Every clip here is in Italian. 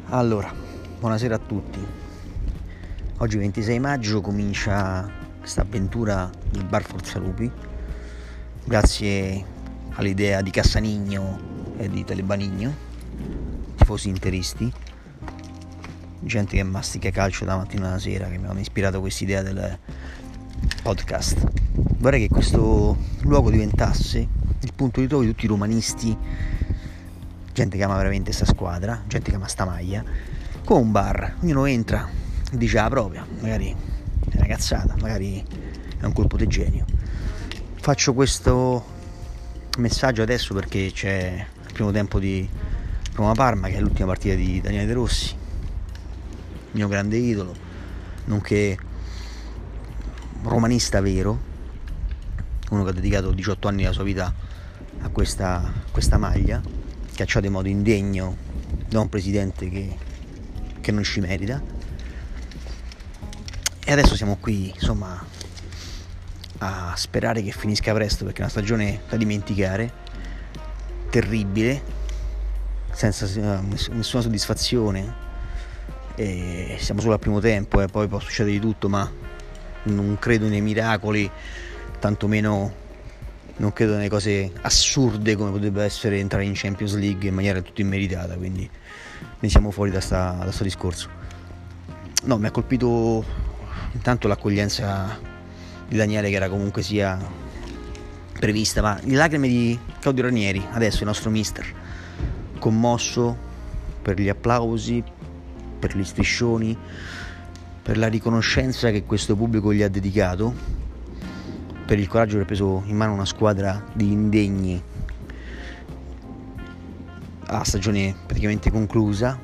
Allora, buonasera a tutti. Oggi 26 maggio comincia questa avventura del bar Forza Lupi, grazie all'idea di Cassanigno e di Telebanigno, tifosi interisti, gente che mastica calcio da mattina alla sera, che mi hanno ispirato questa idea del podcast. Vorrei che questo luogo diventasse il punto di ritrovo di tutti i romanisti, gente che ama veramente sta squadra, gente che ama sta maglia, come un bar. Ognuno entra e dice la propria, magari è una cazzata, magari è un colpo di genio. Faccio questo messaggio adesso perché c'è il primo tempo di Roma-Parma, che è l'ultima partita di Daniele De Rossi, mio grande idolo, nonché romanista vero, uno che ha dedicato 18 anni della sua vita a questa maglia, cacciato in modo indegno da un presidente che non ci merita. E adesso siamo qui, insomma, a sperare che finisca presto, perché è una stagione da dimenticare, terribile, senza nessuna soddisfazione, e siamo solo al primo tempo, e poi può succedere di tutto, ma non credo nei miracoli, tantomeno non credo nelle cose assurde come potrebbe essere entrare in Champions League in maniera tutto immeritata, quindi ne siamo fuori da sto discorso. No, mi ha colpito intanto l'accoglienza di Daniele, che era comunque sia prevista, ma le lacrime di Claudio Ranieri, adesso il nostro mister, commosso per gli applausi, per gli striscioni, per la riconoscenza che questo pubblico gli ha dedicato, per il coraggio di aver preso in mano una squadra di indegni a stagione praticamente conclusa,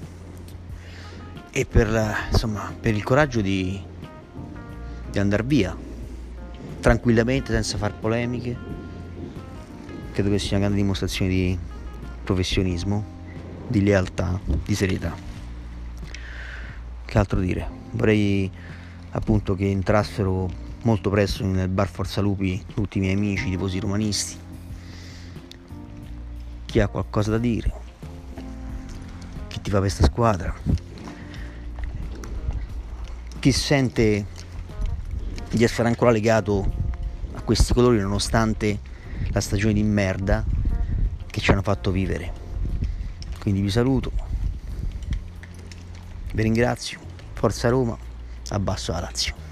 e per il coraggio di andare via tranquillamente, senza far polemiche. Credo che sia una grande dimostrazione di professionismo, di lealtà, di serietà. Che altro dire? Vorrei appunto che entrassero molto presto nel bar Forza Lupi tutti i miei amici, i tifosi romanisti, chi ha qualcosa da dire, chi tifa per questa squadra, chi sente di essere ancora legato a questi colori nonostante la stagione di merda che ci hanno fatto vivere. Quindi vi saluto, vi ringrazio, Forza Roma, abbasso la Lazio.